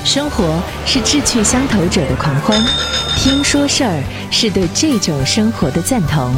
生活是志趣相投者的狂欢，听说事儿是对这种生活的赞同。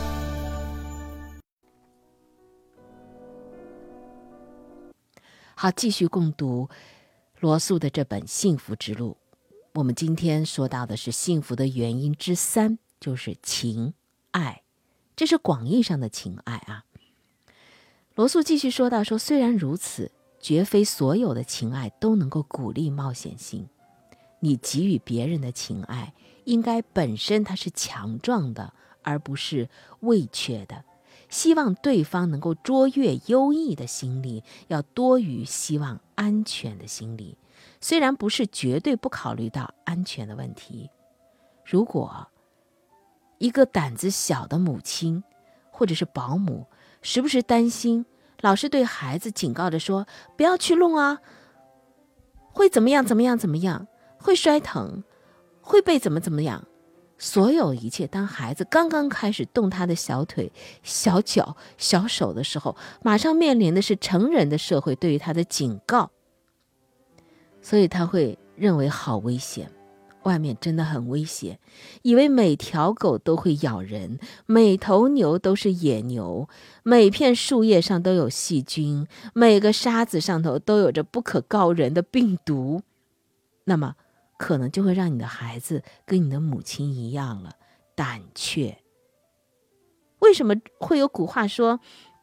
好，继续共读罗素的这本《幸福之路》。我们今天说到的是幸福的原因之3，就是情爱。这是广义上的情爱啊。罗素继续说到说，虽然如此，绝非所有的情爱都能够鼓励冒险性。你给予别人的情爱，应该本身它是强壮的，而不是畏怯的。希望对方能够卓越优异的心理，要多于希望安全的心理。虽然不是绝对不考虑到安全的问题。如果一个胆子小的母亲或者是保姆，时不时担心，老是对孩子警告着说，不要去弄啊，会怎么样怎么样怎么样，会摔疼，会被怎么怎么样。所有一切，当孩子刚刚开始动他的小腿、小脚、小手的时候，马上面临的是成人的社会对于他的警告。所以他会认为好危险，外面真的很危险，以为每条狗都会咬人，每头牛都是野牛，每片树叶上都有细菌，每个沙子上头都有着不可告人的病毒。那么可能就会让你的孩子跟你的母亲一样了，胆怯。为什么会有古话说，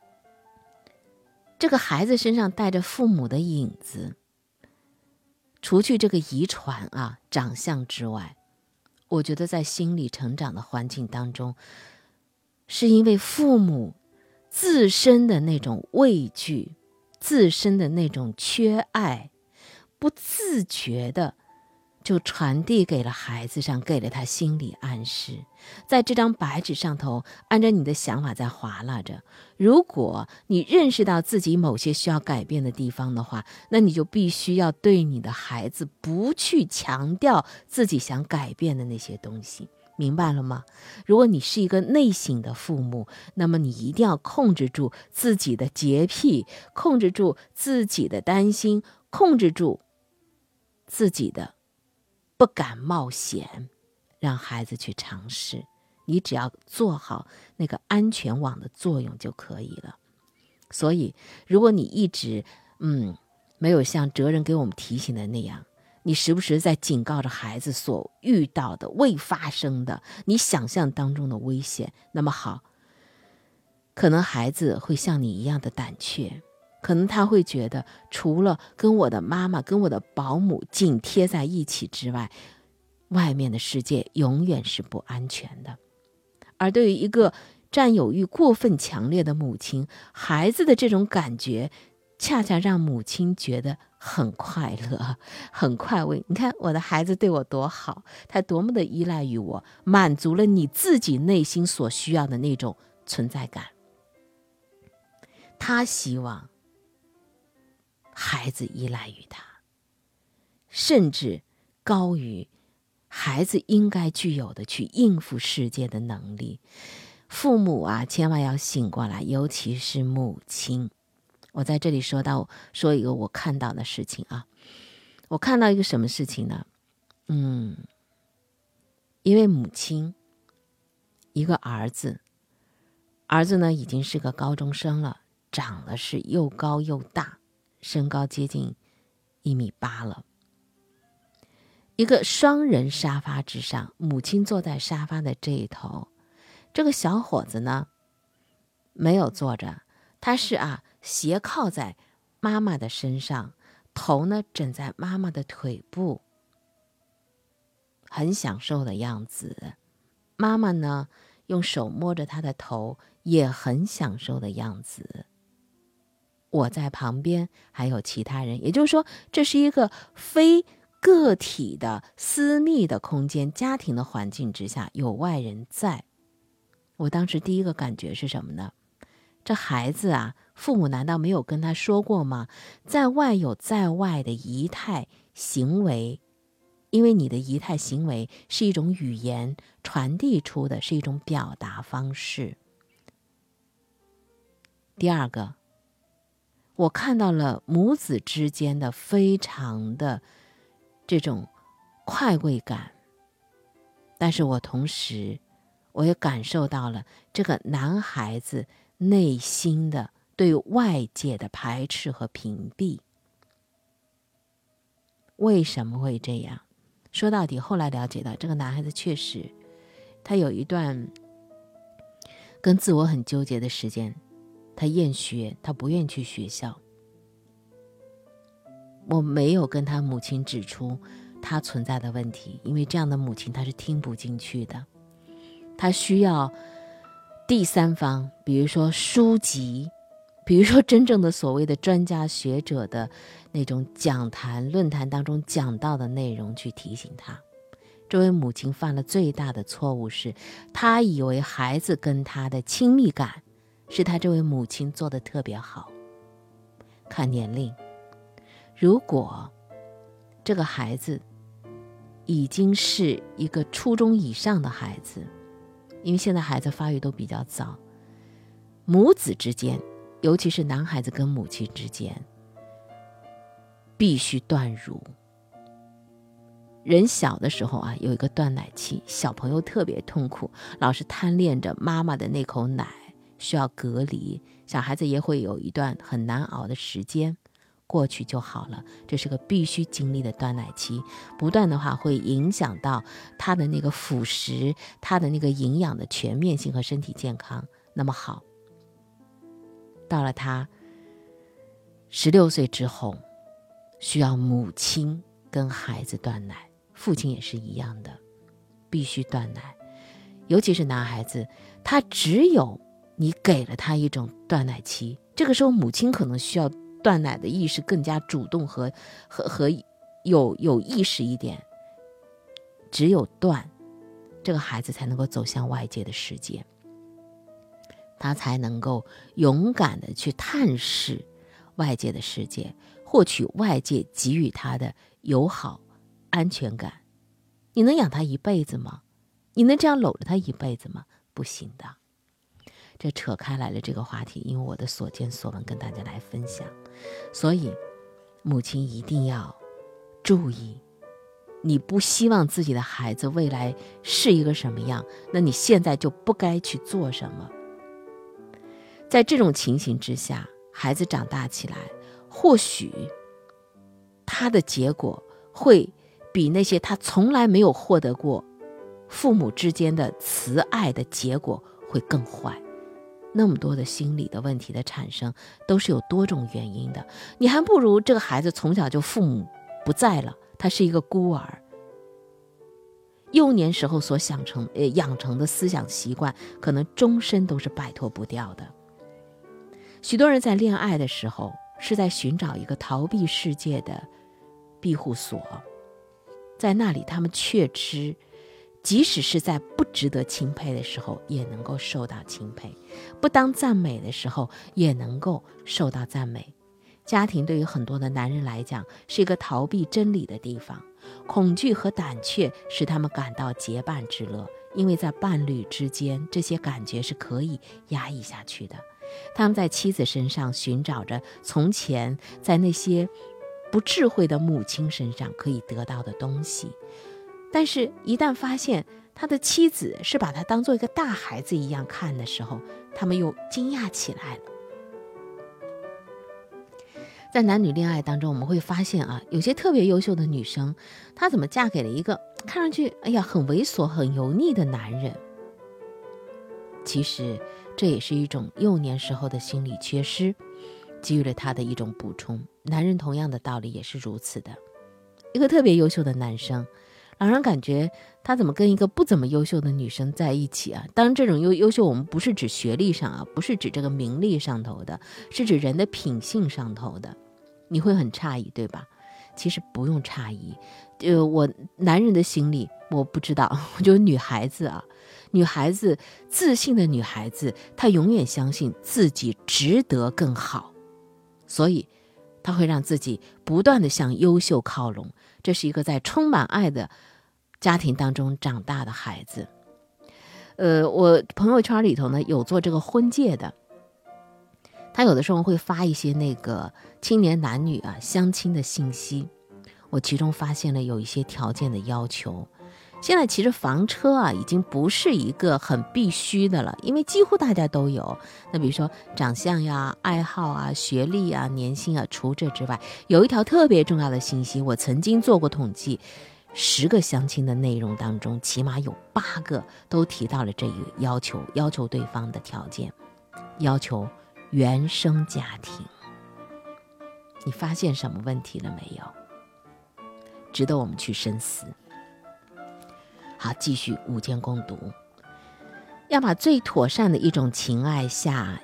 这个孩子身上带着父母的影子？除去这个遗传啊、长相之外，我觉得在心理成长的环境当中，是因为父母自身的那种畏惧，自身的那种缺爱，不自觉的就传递给了孩子上，给了他心理暗示。在这张白纸上头，按照你的想法在划拉着。如果你认识到自己某些需要改变的地方的话，那你就必须要对你的孩子不去强调自己想改变的那些东西，明白了吗？如果你是一个内省的父母，那么你一定要控制住自己的洁癖，控制住自己的担心，控制住自己的不敢冒险，让孩子去尝试。你只要做好那个安全网的作用就可以了。所以如果你一直没有像哲人给我们提醒的那样，你时不时在警告着孩子所遇到的未发生的你想象当中的危险，那么好，可能孩子会像你一样的胆怯，可能他会觉得除了跟我的妈妈跟我的保姆紧贴在一起之外，外面的世界永远是不安全的。而对于一个占有欲过分强烈的母亲，孩子的这种感觉恰恰让母亲觉得很快乐，很快慰。你看我的孩子对我多好，他多么的依赖于我，满足了你自己内心所需要的那种存在感。他希望孩子依赖于他，甚至高于孩子应该具有的去应付世界的能力。父母啊，千万要醒过来，尤其是母亲。我在这里说一个我看到的事情啊。我看到一个什么事情呢？一位母亲，一个儿子呢已经是个高中生了，长得是又高又大，身高接近1.8米了。一个双人沙发之上，母亲坐在沙发的这一头，这个小伙子呢没有坐着，他是斜靠在妈妈的身上，头呢枕在妈妈的腿部，很享受的样子。妈妈呢用手摸着他的头，也很享受的样子。我在旁边，还有其他人，也就是说，这是一个非个体的私密的空间，家庭的环境之下有外人在。我当时第一个感觉是什么呢？这孩子啊，父母难道没有跟他说过吗？在外有在外的仪态行为，因为你的仪态行为是一种语言传递出的，是一种表达方式。第二个，我看到了母子之间的非常的这种快慰感，但是我同时我也感受到了这个男孩子内心的对外界的排斥和屏蔽。为什么会这样？说到底，后来了解到这个男孩子确实他有一段跟自我很纠结的时间，他厌学，他不愿去学校。我没有跟他母亲指出他存在的问题，因为这样的母亲他是听不进去的。他需要第三方，比如说书籍，比如说真正的所谓的专家学者的那种讲坛论坛当中讲到的内容去提醒他。这位母亲犯了最大的错误是，她以为孩子跟她的亲密感是她这位母亲做得特别好。看年龄，如果这个孩子已经是一个初中以上的孩子，因为现在孩子发育都比较早，母子之间，尤其是男孩子跟母亲之间，必须断乳。人小的时候啊，有一个断奶期，小朋友特别痛苦，老是贪恋着妈妈的那口奶，需要隔离，小孩子也会有一段很难熬的时间，过去就好了。这是个必须经历的断奶期，不断的话会影响到他的那个辅食，他的那个营养的全面性和身体健康。那么好，到了他16岁之后，需要母亲跟孩子断奶，父亲也是一样的，必须断奶。尤其是男孩子，他只有你给了他一种断奶期，这个时候母亲可能需要断奶的意识更加主动和有意识一点。只有断，这个孩子才能够走向外界的世界，他才能够勇敢的去探视外界的世界，获取外界给予他的友好安全感。你能养他一辈子吗？你能这样搂着他一辈子吗？不行的。这扯开来了这个话题，因为我的所见所闻跟大家来分享。所以母亲一定要注意，你不希望自己的孩子未来是一个什么样，那你现在就不该去做什么。在这种情形之下，孩子长大起来，或许他的结果会比那些他从来没有获得过父母之间的慈爱的结果会更坏。那么多的心理的问题的产生都是有多种原因的，你还不如这个孩子从小就父母不在了，他是一个孤儿，幼年时候所养成的思想习惯可能终身都是摆脱不掉的。许多人在恋爱的时候是在寻找一个逃避世界的庇护所，在那里他们确知即使是在不值得钦佩的时候也能够受到钦佩，不当赞美的时候也能够受到赞美。家庭对于很多的男人来讲是一个逃避真理的地方，恐惧和胆怯使他们感到结伴之乐，因为在伴侣之间这些感觉是可以压抑下去的。他们在妻子身上寻找着从前在那些不智慧的母亲身上可以得到的东西，但是一旦发现他的妻子是把他当做一个大孩子一样看的时候，他们又惊讶起来了。在男女恋爱当中，我们会发现啊，有些特别优秀的女生，她怎么嫁给了一个看上去很猥琐很油腻的男人？其实这也是一种幼年时候的心理缺失，给予了他的一种补充。男人同样的道理也是如此的。一个特别优秀的男生，让人感觉他怎么跟一个不怎么优秀的女生在一起啊？当然这种优秀我们不是指学历上啊，不是指这个名利上头的，是指人的品性上头的。你会很诧异，对吧？其实不用诧异，我男人的心理我不知道，我觉得女孩子自信的女孩子，她永远相信自己值得更好，所以她会让自己不断地向优秀靠拢。这是一个在充满爱的家庭当中长大的孩子。我朋友圈里头呢有做这个婚介的，他有的时候会发一些那个青年男女啊相亲的信息。 我其中发现了有一些条件的要求。现在其实房车啊已经不是一个很必须的了，因为几乎大家都有。那比如说长相呀、爱好啊、学历啊、年薪啊，除这之外，有一条特别重要的信息，我曾经做过统计，10个相亲的内容当中，起码有8个都提到了这一个要求对方的条件，要求原生家庭。你发现什么问题了没有？值得我们去深思。好，继续午间共读。要把最妥善的一种情爱下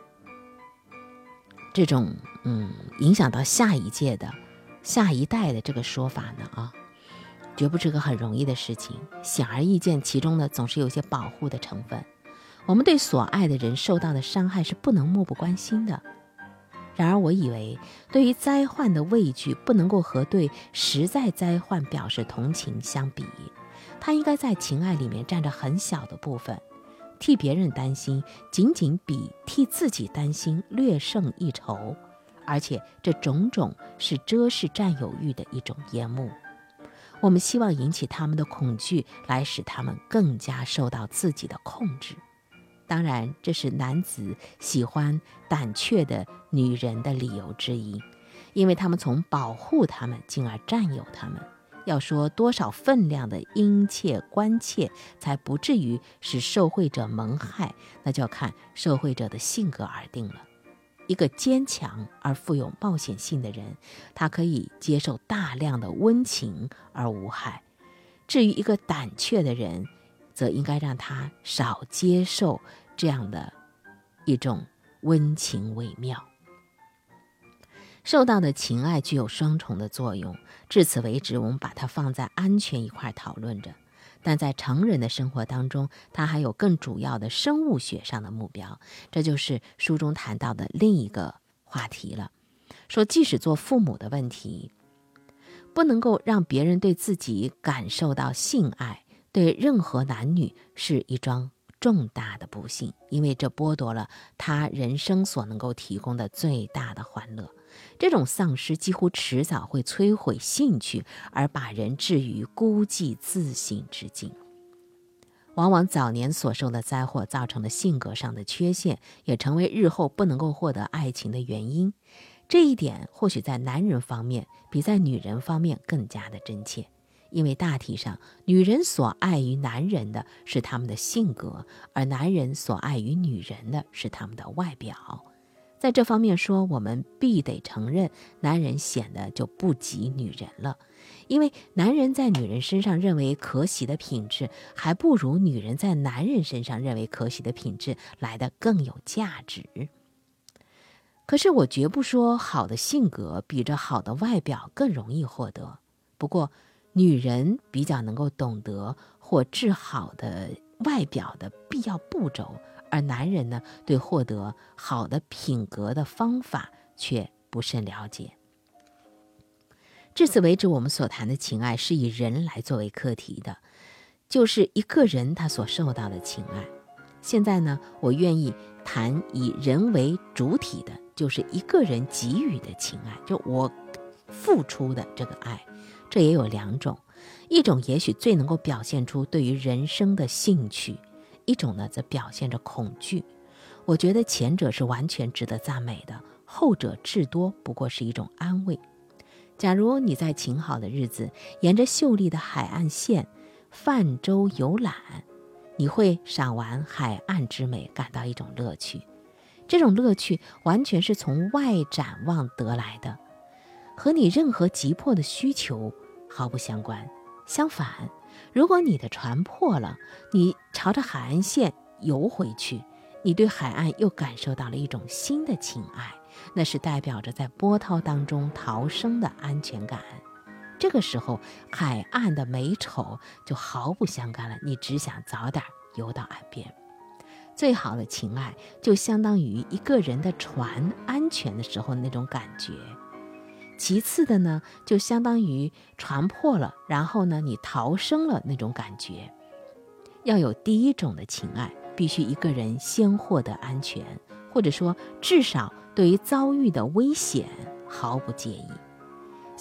这种影响到下一届的下一代的这个说法呢绝不是个很容易的事情。显而易见，其中呢总是有些保护的成分。我们对所爱的人受到的伤害是不能漠不关心的。然而我以为，对于灾患的畏惧不能够和对实在灾患表示同情相比，它应该在情爱里面占着很小的部分。替别人担心仅仅比替自己担心略胜一筹，而且这种种是遮饰占有欲的一种烟幕。我们希望引起他们的恐惧，来使他们更加受到自己的控制。当然，这是男子喜欢胆怯的女人的理由之一，因为他们从保护他们进而占有他们。要说多少分量的殷切关切才不至于使受惠者蒙害，那就要看受惠者的性格而定了。一个坚强而富有冒险性的人，他可以接受大量的温情而无害。至于一个胆怯的人，则应该让他少接受这样的一种温情微妙。受到的情爱具有双重的作用，至此为止我们把它放在安全一块讨论着，但在成人的生活当中，它还有更主要的生物学上的目标。这就是书中谈到的另一个话题了，说即使做父母的问题，不能够让别人对自己感受到性爱，对任何男女是一桩重大的不幸，因为这剥夺了他人生所能够提供的最大的欢乐。这种丧失几乎迟早会摧毁兴趣，而把人置于孤寂自省之境。往往早年所受的灾祸造成的性格上的缺陷，也成为日后不能够获得爱情的原因。这一点或许在男人方面比在女人方面更加的真切，因为大体上女人所爱于男人的是他们的性格，而男人所爱于女人的是他们的外表。在这方面说，我们必得承认，男人显得就不及女人了，因为男人在女人身上认为可喜的品质，还不如女人在男人身上认为可喜的品质来得更有价值。可是我绝不说好的性格比着好的外表更容易获得，不过女人比较能够懂得或治好的外表的必要步骤，而男人呢，对获得好的品格的方法却不甚了解。至此为止，我们所谈的情爱是以人来作为课题的，就是一个人他所受到的情爱。现在呢，我愿意谈以人为主体的，就是一个人给予的情爱，就我付出的这个爱。这也有2种，一种也许最能够表现出对于人生的兴趣，一种呢则表现着恐惧。我觉得前者是完全值得赞美的，后者至多不过是一种安慰。假如你在晴好的日子沿着秀丽的海岸线泛舟游览，你会赏玩海岸之美，感到一种乐趣。这种乐趣完全是从外展望得来的，和你任何急迫的需求毫不相关。相反，如果你的船破了，你朝着海岸线游回去，你对海岸又感受到了一种新的情爱，那是代表着在波涛当中逃生的安全感。这个时候，海岸的美丑就毫不相干了，你只想早点游到岸边。最好的情爱就相当于一个人的船安全的时候那种感觉。其次的呢，就相当于船破了，然后呢你逃生了那种感觉。要有第一种的情爱，必须一个人先获得安全，或者说至少对于遭遇的危险毫不介意。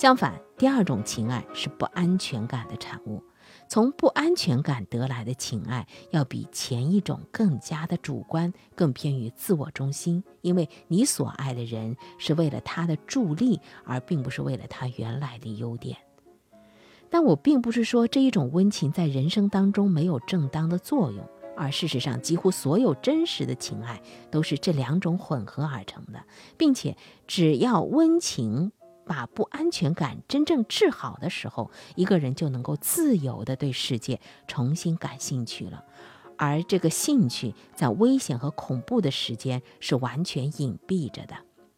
相反，第二种情爱是不安全感的产物。从不安全感得来的情爱，要比前一种更加的主观，更偏于自我中心，因为你所爱的人是为了他的助力，而并不是为了他原来的优点。但我并不是说这一种温情在人生当中没有正当的作用，而事实上几乎所有真实的情爱都是这两种混合而成的，并且只要温情把不安全感真正治好的时候，一个人就能够自由地对世界重新感兴趣了。而这个兴趣在危险和恐怖的时间是完全隐蔽着的。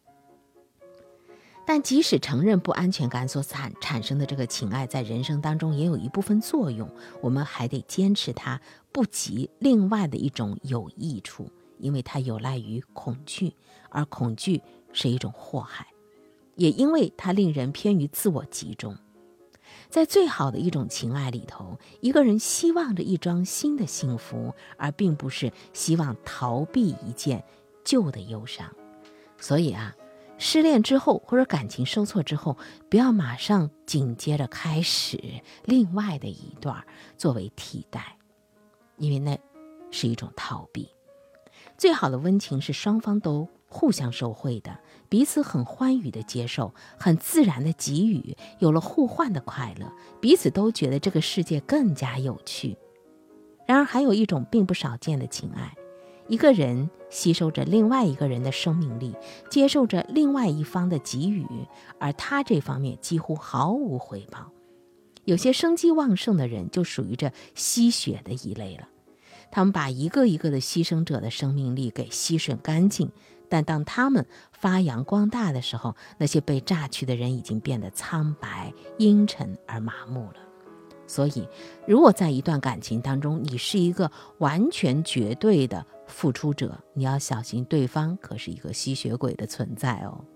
但即使承认不安全感所产生的这个情爱在人生当中也有一部分作用，我们还得坚持它不及另外的一种有益处，因为它有赖于恐惧，而恐惧是一种祸害，也因为它令人偏于自我集中。在最好的一种情爱里头，一个人希望着一桩新的幸福，而并不是希望逃避一件旧的忧伤。所以失恋之后或者感情受挫之后，不要马上紧接着开始另外的一段作为替代，因为那是一种逃避。最好的温情是双方都互相受惠的，彼此很欢愉的接受，很自然的给予，有了互换的快乐，彼此都觉得这个世界更加有趣。然而还有一种并不少见的情爱，一个人吸收着另外一个人的生命力，接受着另外一方的给予，而他这方面几乎毫无回报。有些生机旺盛的人就属于这吸血的一类了，他们把一个一个的牺牲者的生命力给吸吮干净，但当他们发扬光大的时候，那些被榨去的人已经变得苍白、阴沉而麻木了。所以如果在一段感情当中，你是一个完全绝对的付出者，你要小心对方可是一个吸血鬼的存在哦。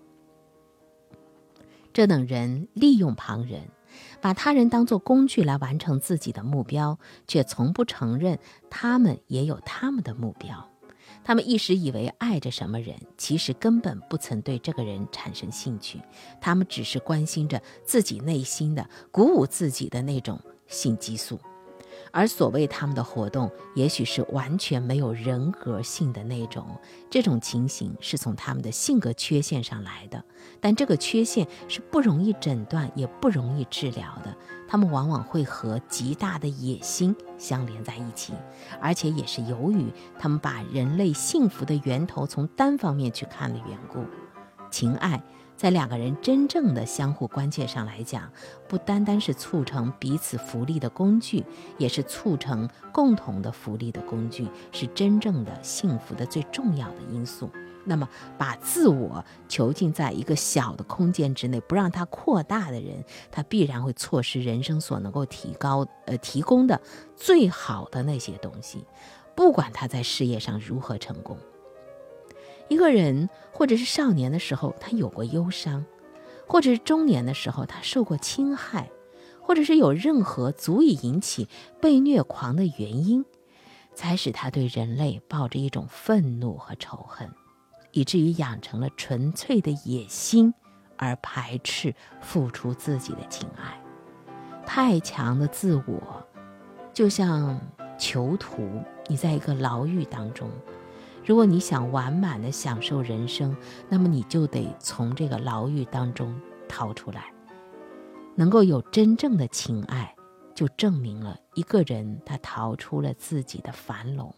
这等人利用旁人，把他人当作工具来完成自己的目标，却从不承认他们也有他们的目标。他们一时以为爱着什么人，其实根本不曾对这个人产生兴趣，他们只是关心着自己内心的鼓舞自己的那种性激素。而所谓他们的活动，也许是完全没有人格性的那种，这种情形是从他们的性格缺陷上来的，但这个缺陷是不容易诊断也不容易治疗的，他们往往会和极大的野心相连在一起，而且也是由于他们把人类幸福的源头从单方面去看的缘故。情爱在两个人真正的相互关切上来讲，不单单是促成彼此福利的工具，也是促成共同的福利的工具，是真正的幸福的最重要的因素。那么把自我囚禁在一个小的空间之内，不让它扩大的人，他必然会错失人生所能够提供的最好的那些东西，不管他在事业上如何成功。一个人或者是少年的时候他有过忧伤，或者是中年的时候他受过侵害，或者是有任何足以引起被虐狂的原因，才使他对人类抱着一种愤怒和仇恨，以至于养成了纯粹的野心，而排斥付出自己的情爱。太强的自我就像囚徒，你在一个牢狱当中，如果你想完满的享受人生，那么你就得从这个牢狱当中逃出来。能够有真正的情爱，就证明了一个人他逃出了自己的樊笼。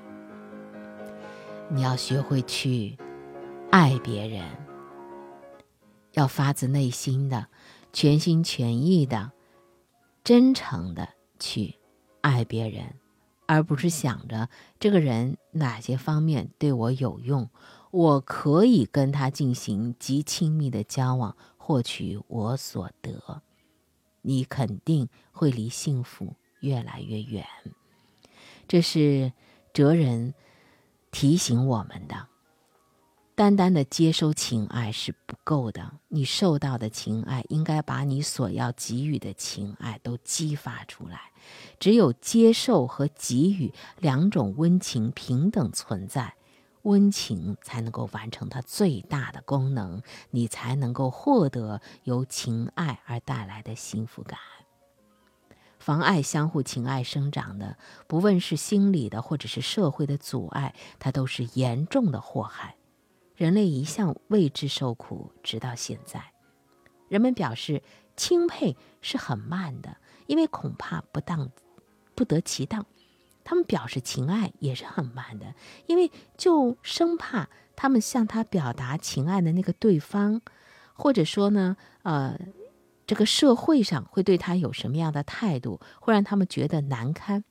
你要学会去爱别人，要发自内心的、全心全意的、真诚的去爱别人，而不是想着这个人哪些方面对我有用，我可以跟他进行极亲密的交往，获取我所得。你肯定会离幸福越来越远。这是哲人提醒我们的。单单的接收情爱是不够的，你受到的情爱应该把你所要给予的情爱都激发出来。只有接受和给予两种温情平等存在， 温情才能够完成它最大的功能，你才能够获得由情爱而带来的幸福感。妨碍相互情爱生长的，不问是心理的或者是社会的阻碍，它都是严重的祸害。人类一向为之受苦，直到现在。人们表示钦佩是很慢的，因为恐怕不得其当。他们表示情爱也是很慢的，因为就生怕他们向他表达情爱的那个对方，或者说呢，这个社会上会对他有什么样的态度，会让他们觉得难堪。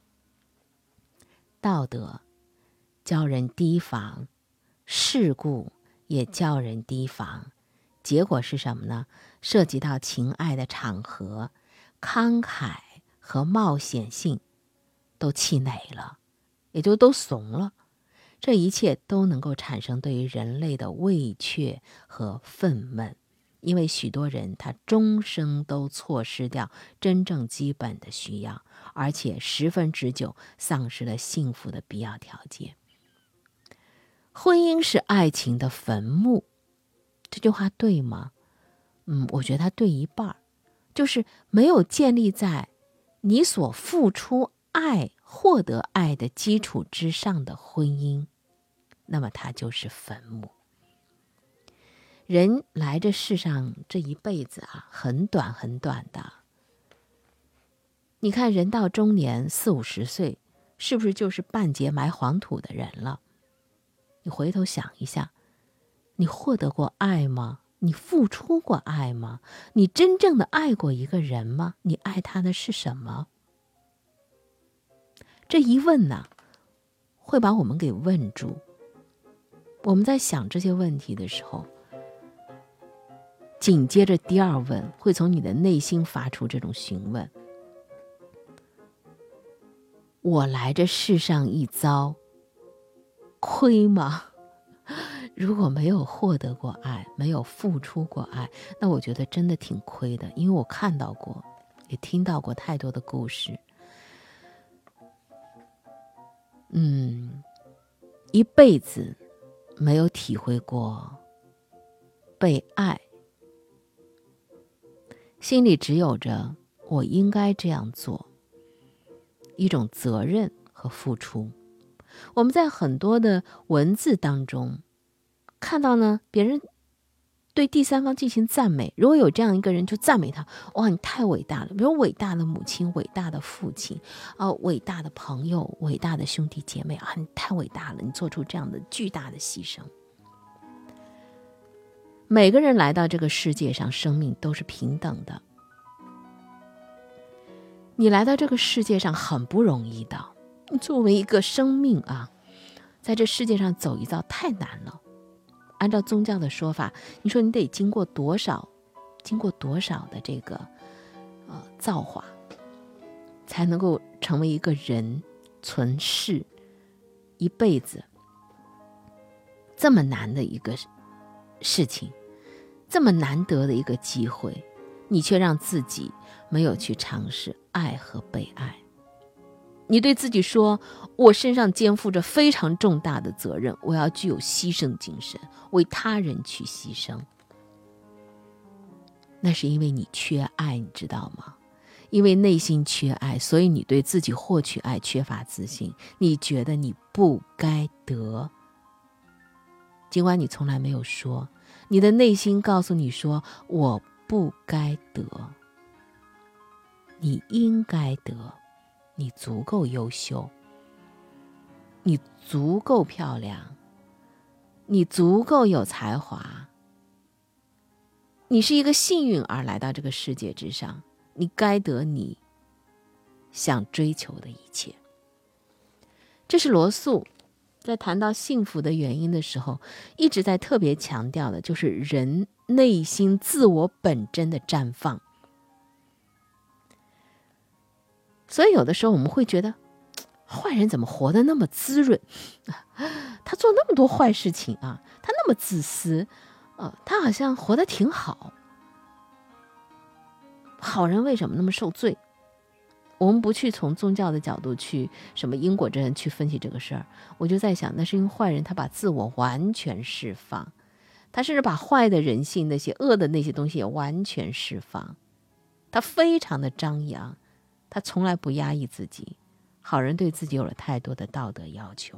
道德教人提防，世故也教人提防，结果是什么呢？涉及到情爱的场合，慷慨和冒险性都气馁了，也就都怂了。这一切都能够产生对于人类的畏怯和愤懑，因为许多人他终生都错失掉真正基本的需要，而且十分之久丧失了幸福的必要条件。婚姻是爱情的坟墓，这句话对吗？我觉得它对一半，就是没有建立在你所付出爱、获得爱的基础之上的婚姻，那么它就是坟墓。人来这世上这一辈子啊，很短很短的。你看人到中年40-50岁，是不是就是半截埋黄土的人了？你回头想一下，你获得过爱吗？你付出过爱吗？你真正的爱过一个人吗？你爱他的是什么？这一问呢，会把我们给问住。我们在想这些问题的时候，紧接着第二问会从你的内心发出这种询问：我来这世上一遭，亏吗？如果没有获得过爱，没有付出过爱，那我觉得真的挺亏的，因为我看到过，也听到过太多的故事。一辈子没有体会过被爱，心里只有着我应该这样做，一种责任和付出。我们在很多的文字当中看到呢，别人对第三方进行赞美，如果有这样一个人就赞美他，哇，你太伟大了，比如伟大的母亲、伟大的父亲伟大的朋友、伟大的兄弟姐妹啊，你太伟大了，你做出这样的巨大的牺牲。每个人来到这个世界上，生命都是平等的。你来到这个世界上很不容易的，作为一个生命啊，在这世界上走一遭太难了。按照宗教的说法，你说你得经过多少的这个造化，才能够成为一个人存世一辈子，这么难的一个事情，这么难得的一个机会，你却让自己没有去尝试爱和被爱。你对自己说，我身上肩负着非常重大的责任，我要具有牺牲精神，为他人去牺牲。那是因为你缺爱，你知道吗？因为内心缺爱，所以你对自己获取爱缺乏自信，你觉得你不该得。尽管你从来没有说，你的内心告诉你说，我不该得，你应该得。你足够优秀，你足够漂亮，你足够有才华，你是一个幸运儿来到这个世界之上，你该得你想追求的一切。这是罗素在谈到幸福的原因的时候，一直在特别强调的，就是人内心自我本真的绽放。所以有的时候我们会觉得，坏人怎么活得那么滋润？他做那么多坏事情啊，他那么自私，他好像活得挺好。好人为什么那么受罪？ 我们不去从宗教的角度去什么因果之人去分析这个事儿，我就在想，那是因为坏人他把自我完全释放，他甚至把坏的人性那些恶的那些东西也完全释放，他非常的张扬，他从来不压抑自己。好人对自己有了太多的道德要求。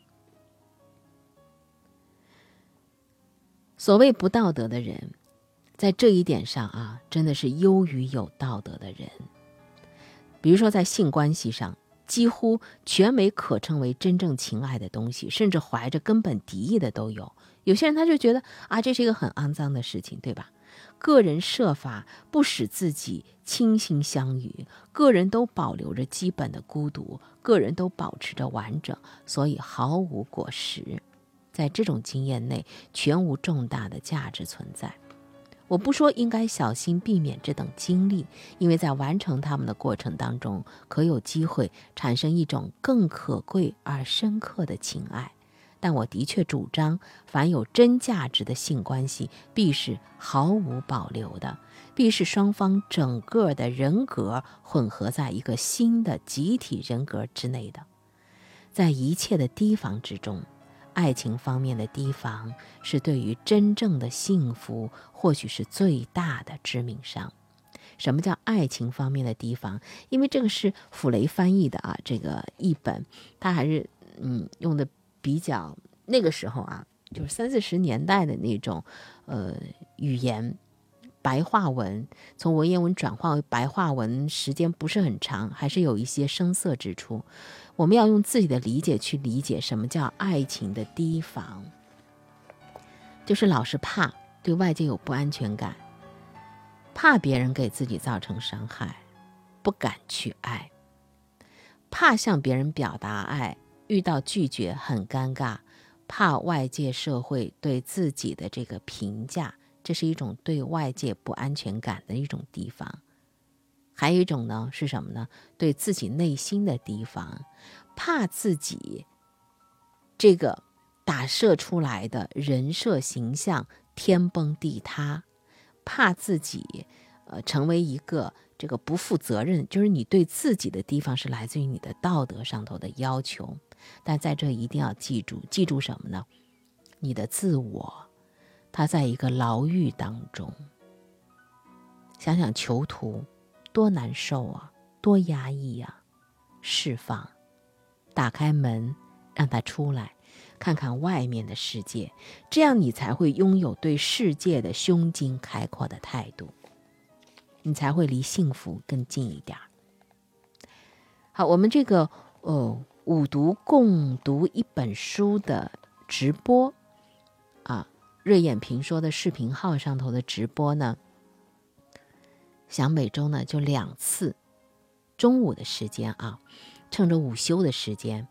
所谓不道德的人，在这一点上啊，真的是优于有道德的人。比如说在性关系上，几乎全没可称为真正情爱的东西，甚至怀着根本敌意的都有。有些人他就觉得啊，这是一个很肮脏的事情，对吧？个人设法不使自己倾心相与，个人都保留着基本的孤独，个人都保持着完整，所以毫无果实。在这种经验内，全无重大的价值存在。我不说应该小心避免这等经历，因为在完成它们的过程当中，可有机会产生一种更可贵而深刻的情爱。但我的确主张，凡有真价值的性关系，必是毫无保留的，必是双方整个的人格混合在一个新的集体人格之内的。在一切的提防之中，爱情方面的提防是对于真正的幸福或许是最大的致命伤。什么叫爱情方面的提防？因为这个是傅雷翻译的啊，这个译本他还是用的比较那个时候啊，就是30-40年代的那种语言白话文，从文言文转化为白话文时间不是很长，还是有一些生涩之处。我们要用自己的理解去理解什么叫爱情的提防，就是老是怕对外界有不安全感，怕别人给自己造成伤害，不敢去爱，怕向别人表达爱，遇到拒绝很尴尬，怕外界社会对自己的这个评价，这是一种对外界不安全感的一种提防。还有一种呢是什么呢？对自己内心的提防，怕自己这个打设出来的人设形象天崩地塌，怕自己成为一个这个不负责任，就是你对自己的提防是来自于你的道德上头的要求。但在这一定要记住什么呢？你的自我它在一个牢狱当中，想想囚徒多难受啊，多压抑啊！释放，打开门，让他出来，看看外面的世界，这样你才会拥有对世界的胸襟开阔的态度，你才会离幸福更近一点。好，我们这个五读共读一本书的直播啊，瑞眼评说的视频号上头的直播呢，想每周呢就2次，中午的时间啊，趁着午休的时间，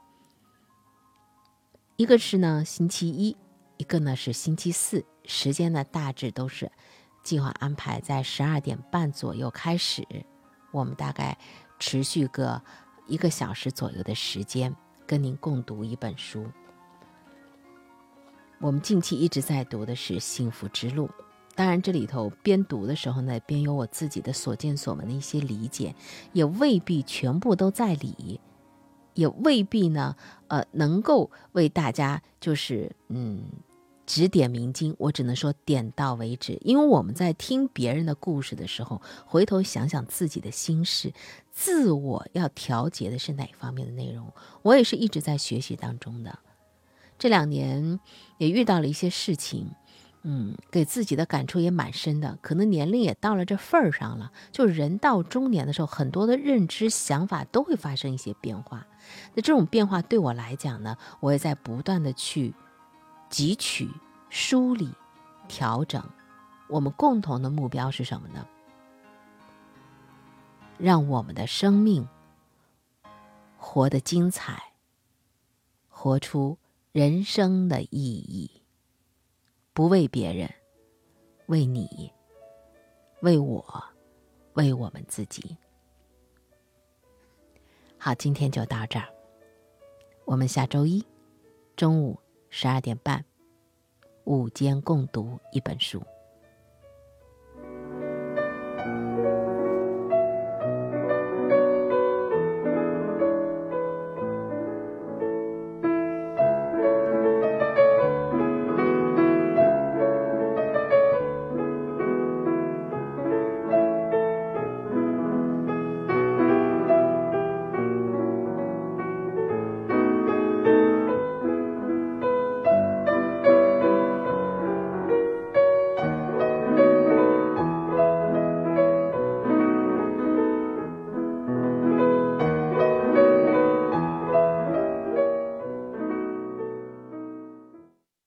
一个是呢星期一，一个呢是星期四，时间呢大致都是计划安排在12点半左右开始，我们大概持续个1个小时左右的时间，跟您共读一本书。我们近期一直在读的是《幸福之路》，当然这里头边读的时候呢，边有我自己的所见所闻的一些理解，也未必全部都在理，也未必呢能够为大家就是指点迷津，我只能说点到为止。因为我们在听别人的故事的时候，回头想想自己的心事，自我要调节的是哪方面的内容，我也是一直在学习当中的。这2年也遇到了一些事情，给自己的感触也蛮深的，可能年龄也到了这份儿上了，就人到中年的时候，很多的认知想法都会发生一些变化。那这种变化对我来讲呢，我也在不断的去汲取、梳理、调整。我们共同的目标是什么呢？让我们的生命活得精彩，活出人生的意义，不为别人，为你，为我，为我们自己。好，今天就到这儿，我们下周一中午12点半午间共读一本书。